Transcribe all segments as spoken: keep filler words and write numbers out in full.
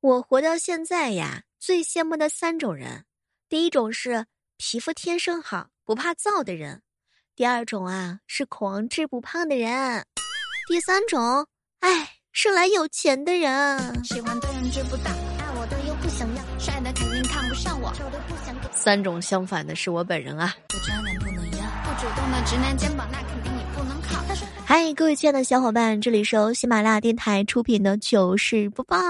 我活到现在呀，最羡慕的三种人。第一种是皮肤天生好，不怕燥的人；第二种啊是狂吃不胖的人；第三种，哎，生来有钱的人。 喜欢的人追不到，爱我的又不想要，帅的肯定看不上我，丑的不想给。 三种相反的是我本人啊。 渣男不能要，不主动的直男肩膀那肯定你不能靠。 嗨，各位亲爱的小伙伴，这里是由喜马拉雅电台出品的糗事播报。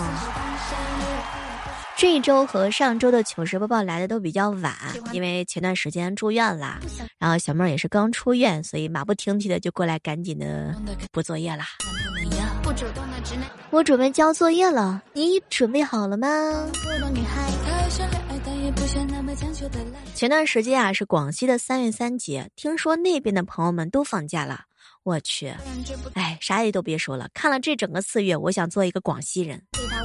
这一周和上周的糗事播报来的都比较晚，因为前段时间住院了，然后小妹儿也是刚出院，所以马不停蹄的就过来赶紧的补作业啦。我准备交作业了，你准备好了吗？前段时间啊是广西的三月三节，听说那边的朋友们都放假了。我去，哎，啥也都别说了，看了这整个四月，我想做一个广西人。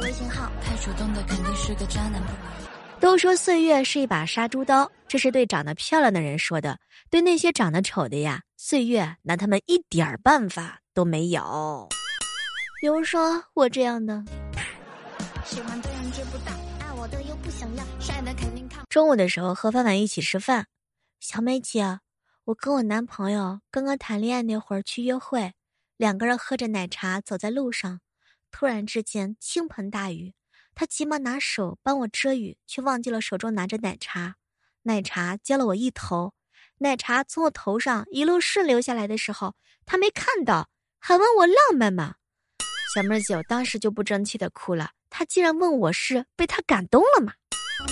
都说岁月是一把杀猪刀，这是对长得漂亮的人说的，对那些长得丑的呀，岁月拿他们一点办法都没有。比如说我这样的。喜欢的人追不到，爱我的又不想要，帅的肯定看。中午的时候和范范一起吃饭，小美姐，我跟我男朋友刚刚谈恋爱那会儿去约会，两个人喝着奶茶走在路上，突然之间倾盆大雨，他急忙拿手帮我遮雨，却忘记了手中拿着奶茶，奶茶浇了我一头，奶茶从我头上一路顺流下来的时候，他没看到，还问我浪漫吗？小妹姐，我当时就不争气的哭了，他竟然问我是被他感动了吗？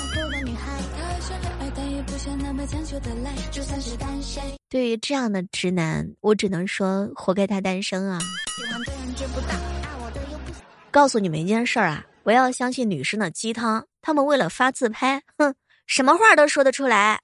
对于这样的直男，我只能说活该他单身啊。告诉你们一件事儿啊，不要相信女生的鸡汤，他们为了发自拍，哼，什么话都说得出来。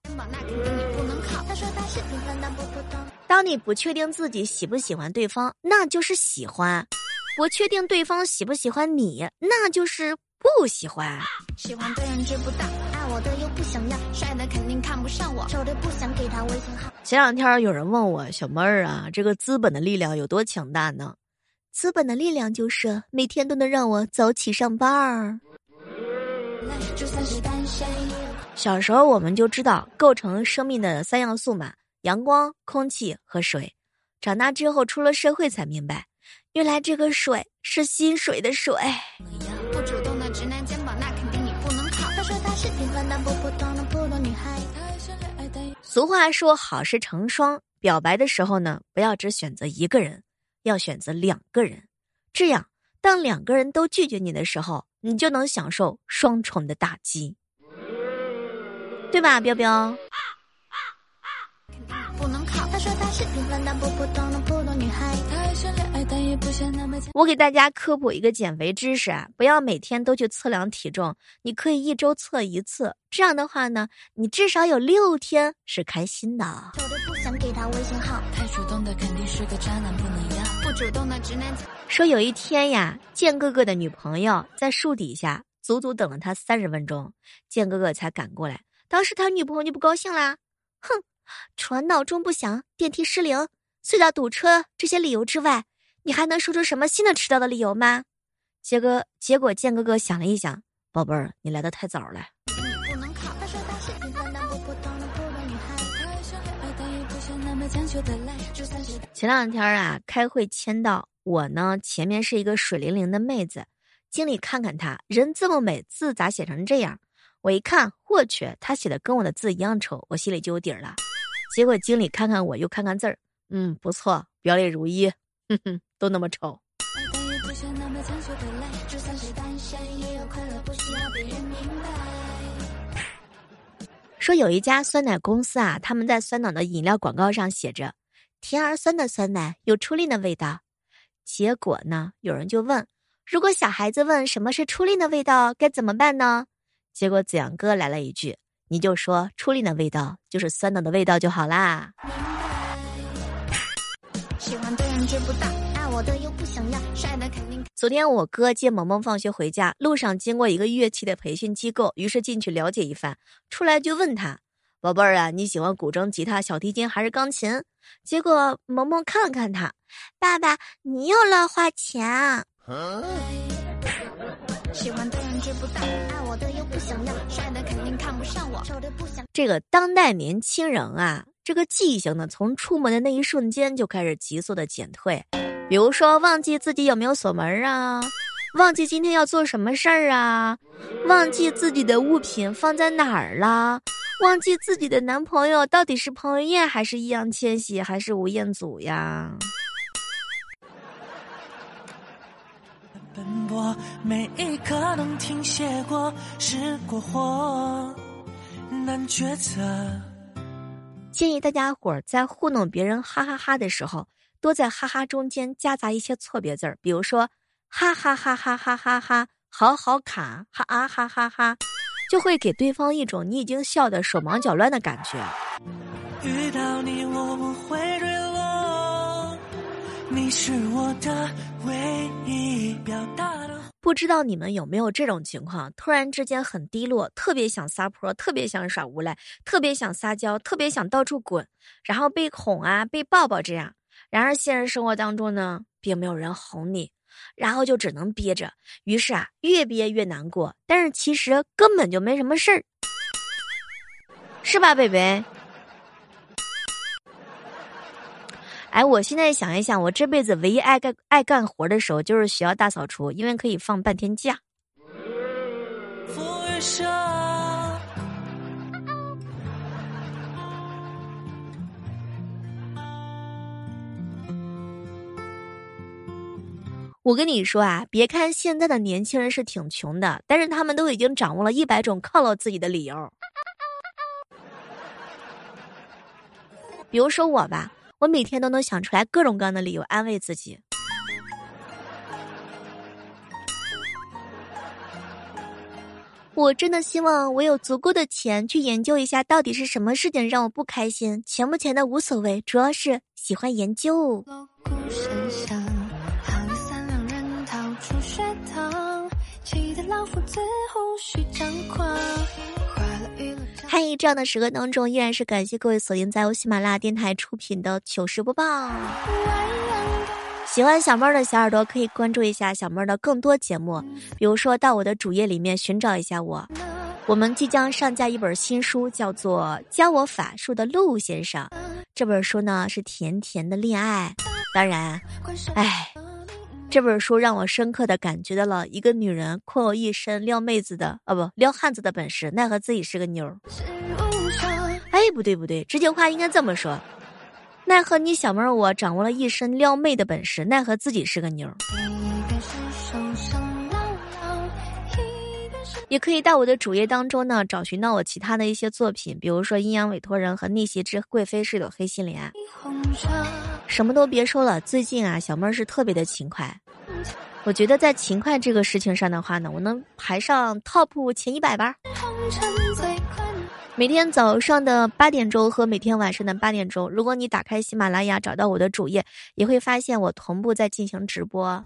当你不确定自己喜不喜欢对方，那就是喜欢；不确定对方喜不喜欢你，那就是不喜欢。喜欢的人追不到，爱我的又不想要，帅的肯定看不上我，丑的不想给他微信号。前两天有人问我，小妹儿啊，这个资本的力量有多强大呢？资本的力量就是每天都能让我早起上班儿。小时候我们就知道构成生命的三要素嘛，阳光、空气和水。长大之后出了社会才明白，原来这个水是薪水的水。不主动的直男肩膀那肯定你不能靠。他说他是平凡但不普通的普通女孩。俗话说好事成双，表白的时候呢，不要只选择一个人，要选择两个人，这样当两个人都拒绝你的时候，你就能享受双重的打击，对吧，彪彪？不能靠。他说他是平凡但不普通的普通女孩。我给大家科普一个减肥知识啊，不要每天都去测量体重，你可以一周测一次，这样的话呢，你至少有六天是开心的。不想给他微信号，太主动的肯定是个渣男，不能要。不主动的直男。说有一天呀，建哥哥的女朋友在树底下足足等了他三十分钟，建哥哥才赶过来。当时他女朋友就不高兴啦，哼，除了闹钟不响、电梯失灵、隧道堵车这些理由之外，你还能说出什么新的迟到的理由吗？结果结果建哥哥想了一想，宝贝儿，你来得太早了。前两天啊，开会签到，我呢前面是一个水灵灵的妹子，经理看看她，人这么美，字咋写成这样？我一看，我去，她写的跟我的字一样丑，我心里就有底儿了。结果经理看看我，又看看字儿，嗯，不错，表里如一，哼哼，都那么丑。说有一家酸奶公司啊，他们在酸奶的饮料广告上写着甜而酸的酸奶，有初恋的味道。结果呢，有人就问，如果小孩子问什么是初恋的味道该怎么办呢？结果子阳哥来了一句，你就说初恋的味道就是酸奶的味道就好啦。喜欢的人追不到，爱我的又不想要，帅的肯定。昨天我哥接萌萌放学回家，路上经过一个乐器的培训机构，于是进去了解一番，出来就问他，宝贝儿啊，你喜欢古筝、吉他、小提琴还是钢琴？结果萌萌看了看他，爸爸，你又乱花钱啊。 喜欢的人追不到，爱我的又不想要，帅的肯定看不上我，丑的不想。 这个当代年轻人啊，这个记性呢，从出门的那一瞬间就开始急速的减退。比如说，忘记自己有没有锁门啊，忘记今天要做什么事儿啊，忘记自己的物品放在哪儿啦，忘记自己的男朋友到底是彭于晏还是易烊千玺还是吴彦祖呀。 奔波每一刻能停歇过，是过或难抉择。 建议大家伙儿在糊弄别人哈哈哈的时候，多在哈哈中间夹杂一些错别字儿，比如说哈哈哈哈哈哈哈，好好卡，哈啊哈哈哈，就会给对方一种你已经笑得手忙脚乱的感觉。 遇到你我不会坠落，你是我的唯一表达的。 不知道你们有没有这种情况，突然之间很低落，特别想撒泼，特别想耍无赖，特别想撒娇，特别想到处滚，然后被哄啊被抱抱这样。然而现实生活当中呢，并没有人哄你，然后就只能憋着，于是啊越憋越难过，但是其实根本就没什么事儿，是吧贝贝？哎，我现在想一想，我这辈子唯一爱干爱干活的时候就是学校大扫除，因为可以放半天假。我跟你说啊，别看现在的年轻人是挺穷的，但是他们都已经掌握了一百种犒劳自己的理由。比如说我吧，我每天都能想出来各种各样的理由安慰自己。我真的希望我有足够的钱去研究一下到底是什么事情让我不开心，钱不钱的无所谓，主要是喜欢研究。嗨，这样的时刻当中，依然是感谢各位锁定在由喜马拉雅电台出品的糗事播报。喜欢小妹儿的小耳朵可以关注一下小妹儿的更多节目，比如说到我的主页里面寻找一下我。我们即将上架一本新书，叫做《教我法术的陆先生》。这本书呢是甜甜的恋爱，当然，哎。这本书让我深刻的感觉到了一个女人空有一身撩妹子的啊不撩汉子的本事，奈何自己是个妞。哎，不对不对，这句话应该这么说：奈何你小妹儿我掌握了一身撩妹的本事，奈何自己是个妞。也可以到我的主页当中呢找寻到我其他的一些作品，比如说阴阳委托人和逆袭之贵妃是朵黑心莲。什么都别说了，最近啊小妹儿是特别的勤快，我觉得在勤快这个事情上的话呢，我能排上 top 前一百吧。每天早上的八点钟和每天晚上的八点钟，如果你打开喜马拉雅找到我的主页，也会发现我同步在进行直播。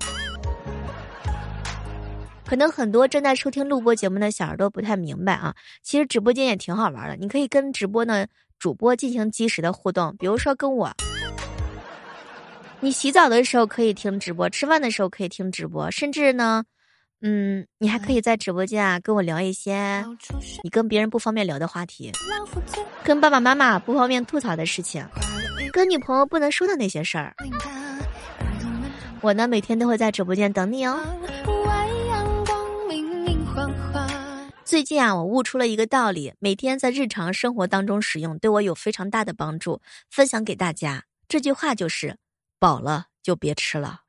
可能很多正在收听录播节目的小耳朵不太明白啊，其实直播间也挺好玩的，你可以跟直播呢主播进行即时的互动，比如说跟我，你洗澡的时候可以听直播，吃饭的时候可以听直播，甚至呢嗯，你还可以在直播间啊跟我聊一些你跟别人不方便聊的话题，跟爸爸妈妈不方便吐槽的事情，跟女朋友不能说的那些事儿。我呢每天都会在直播间等你哦。最近啊我悟出了一个道理，每天在日常生活当中使用，对我有非常大的帮助，分享给大家。这句话就是饱了就别吃了。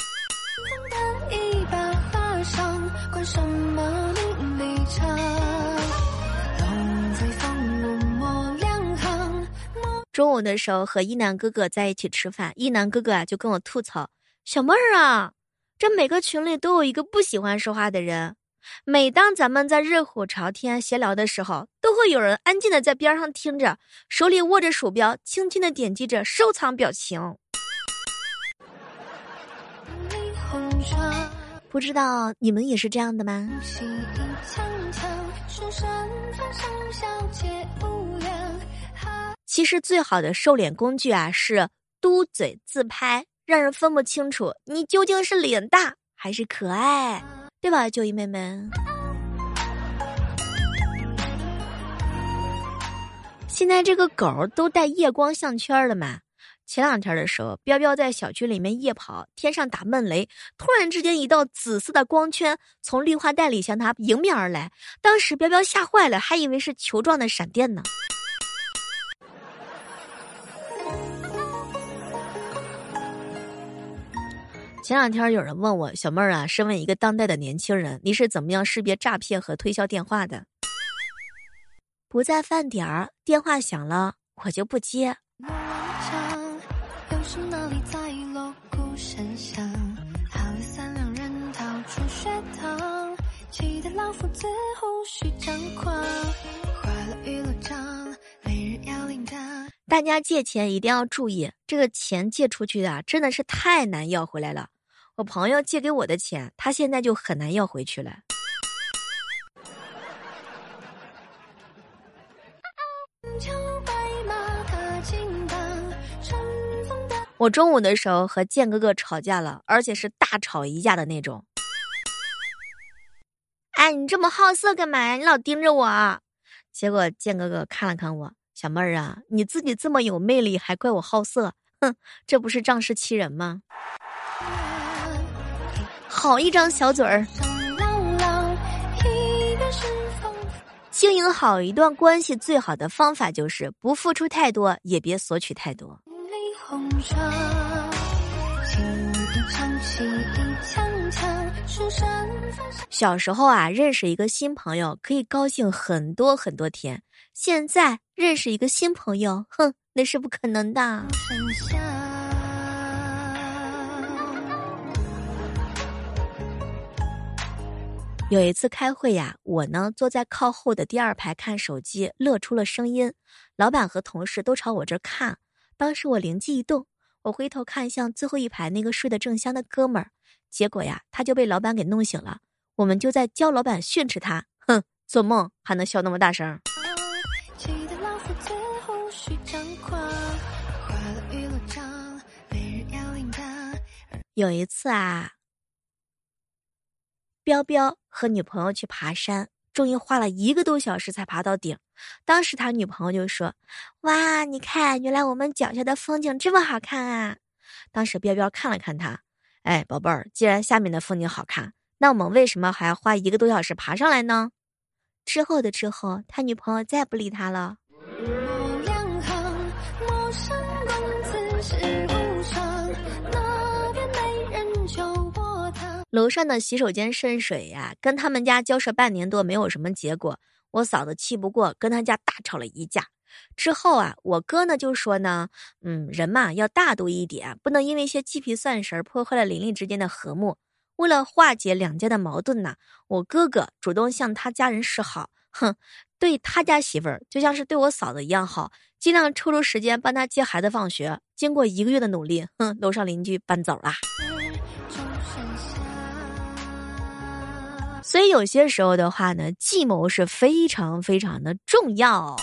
中午的时候和一南哥哥在一起吃饭，一南哥哥啊就跟我吐槽，小妹儿啊，这每个群里都有一个不喜欢说话的人，每当咱们在热火朝天闲聊的时候，都会有人安静的在边上听着，手里握着鼠标，轻轻的点击着收藏表情。不知道你们也是这样的吗？其实最好的瘦脸工具啊是嘟嘴自拍，让人分不清楚你究竟是脸大还是可爱。 对吧，九姨妹们？现在这个狗都带夜光项圈了嘛？前两天的时候，彪彪在小区里面夜跑，天上打闷雷，突然之间一道紫色的光圈从绿化带里向他迎面而来，当时彪彪吓坏了，还以为是球状的闪电呢。前两天有人问我，小妹儿啊，身为一个当代的年轻人，你是怎么样识别诈骗和推销电话的？不在饭点儿，电话响了，我就不接。又是哪里在锣鼓声响，好了三两人逃出学堂，气得老夫子胡须张狂，坏了娱乐场，每日要领奖。大家借钱一定要注意，这个钱借出去的、啊、真的是太难要回来了。我朋友借给我的钱，他现在就很难要回去了。我中午的时候和建哥哥吵架了，而且是大吵一架的那种。哎，你这么好色干嘛呀？你老盯着我。结果建哥哥看了看我，小妹儿啊，你自己这么有魅力，还怪我好色？哼，这不是仗势欺人吗？好一张小嘴儿。经营好一段关系最好的方法就是不付出太多，也别索取太多。小时候啊，认识一个新朋友可以高兴很多很多天，现在认识一个新朋友，哼，那是不可能的。有一次开会呀，我呢坐在靠后的第二排看手机，乐出了声音，老板和同事都朝我这看。当时我灵机一动，我回头看向最后一排那个睡得正香的哥们儿，结果呀，他就被老板给弄醒了。我们就在教老板训斥他，哼，做梦还能笑那么大声。有一次啊，彪彪和女朋友去爬山，终于花了一个多小时才爬到顶。当时他女朋友就说，哇，你看，原来我们脚下的风景这么好看啊。当时彪彪看了看他，哎，宝贝儿，既然下面的风景好看，那我们为什么还要花一个多小时爬上来呢？之后的之后，他女朋友再不理他了。楼上的洗手间渗水呀、啊，跟他们家交涉半年多没有什么结果，我嫂子气不过，跟他家大吵了一架。之后啊，我哥呢就说呢，嗯，人嘛要大度一点，不能因为一些鸡皮蒜食破坏了邻里之间的和睦。为了化解两家的矛盾呢，我哥哥主动向他家人示好，哼，对他家媳妇儿就像是对我嫂子一样好，尽量抽出时间帮他接孩子放学。经过一个月的努力，哼，楼上邻居搬走了。所以有些时候的话呢，计谋是非常非常的重要。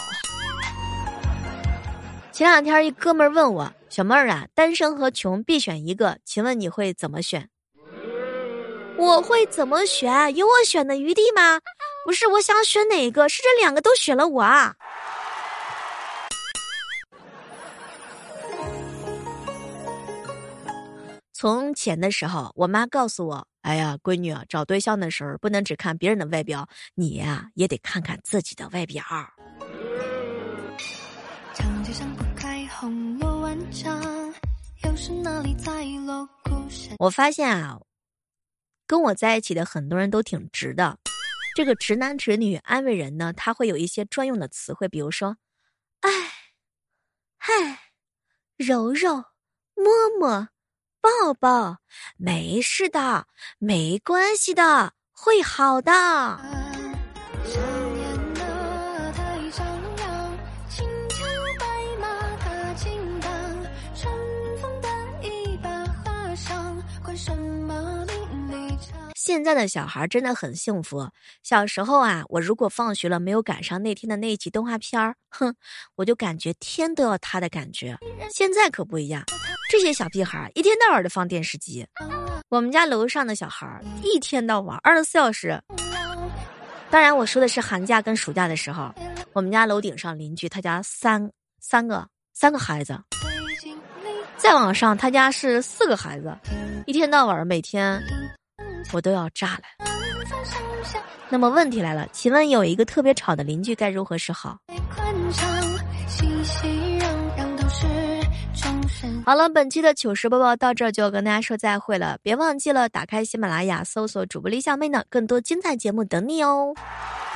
前两天一哥们儿问我，小妹儿啊，单身和穷必选一个，请问你会怎么选？我会怎么选？有我选的余地吗？不是，我想选哪个？是这两个都选了我啊。从前的时候，我妈告诉我，哎呀，闺女啊，找对象的时候不能只看别人的外表，你呀、啊、也得看看自己的外表。长街上不开红罗万丈，又是哪里在锣鼓声。我发现啊，跟我在一起的很多人都挺直的。这个直男直女安慰人呢，他会有一些专用的词汇，比如说，哎，嗨，揉揉，摸摸。抱抱，没事的，没关系的，会好的。现在的小孩真的很幸福。小时候啊，我如果放学了没有赶上那天的那一集动画片儿，哼，我就感觉天都要塌的感觉。现在可不一样， 这些小屁孩一天到晚的放电视机，我们家楼上的小孩一天到晚二十四小时。当然我说的是寒假跟暑假的时候，我们家楼顶上邻居他家三三个三个孩子，再往上他家是四个孩子，一天到晚每天我都要炸了。那么问题来了，请问有一个特别吵的邻居该如何是好？好了，本期的糗事播报到这儿就要跟大家说再会了，别忘记了打开喜马拉雅搜索主播李小妹呢，更多精彩节目等你哦。